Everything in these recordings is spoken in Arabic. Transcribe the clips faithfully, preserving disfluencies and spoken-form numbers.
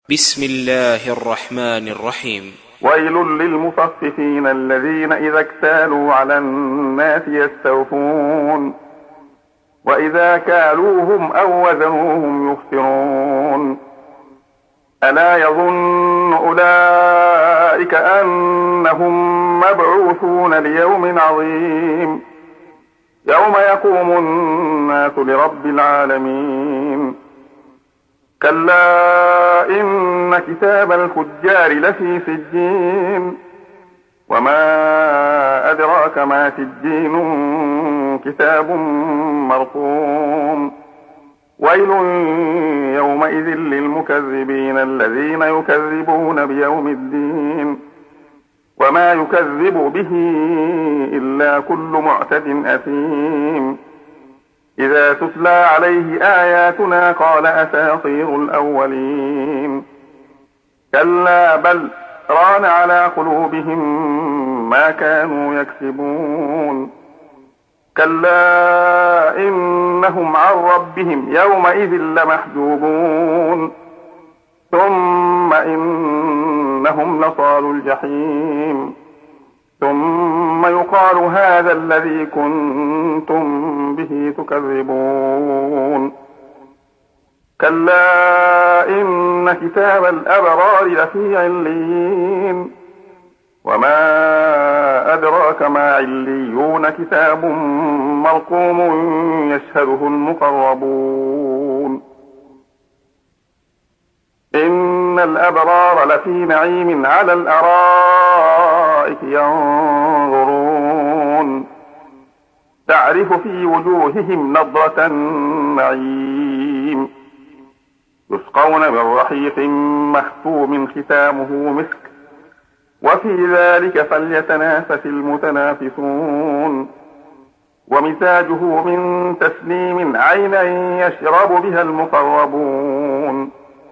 بسم الله الرحمن الرحيم. ويل للمطففين الذين إذا اكتالوا على الناس يستوفون وإذا كالوهم أو وزنوهم يخسرون. ألا يظن أولئك أنهم مبعوثون ليوم عظيم يوم يقوم الناس لرب العالمين. كلا إن كتاب الفجار لفي سجين وما أدراك ما سجين كتاب مرقوم. ويل يومئذ للمكذبين الذين يكذبون بيوم الدين وما يكذب به إلا كل معتد أثيم. إذا تتلى عليه آياتنا قال أساطير الأولين. كلا بل ران على قلوبهم ما كانوا يكسبون. كلا إنهم عن ربهم يومئذ لمحجوبون ثم إنهم لصالوا الجحيم ثم يقال هذا الذي كنتم به تكذبون. كلا إن كتاب الأبرار لفي عليين وما أدراك ما عليون كتاب مرقوم يشهده المقربون. إن الأبرار لفي نعيم على الأرائك ينظرون تعرف في وجوههم نضرة النعيم يسقون من رحيق مختوم ختامه مسك وفي ذلك فليتنافس المتنافسون. ومزاجه من تسنيم عينا يشرب بها المقربون.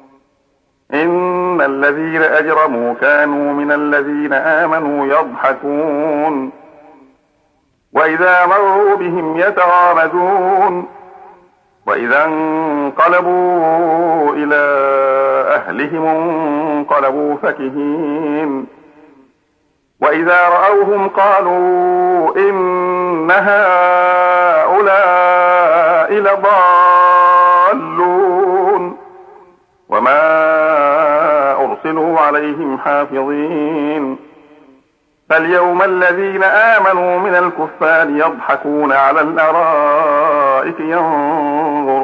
إن الذين أجرموا كانوا من الذين آمنوا يضحكون وإذا مروا بهم يتغامزون وإذا انقلبوا إلى أهلهم انقلبوا فكهين وإذا رأوهم قالوا إن هؤلاء لضالون وما أرسلوا عليهم حافظين. فاليوم الذين آمنوا من الكفار يضحكون على الأرائك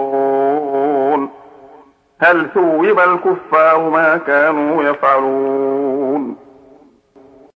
ينظرون هل ثوب الكفار ما كانوا يفعلون.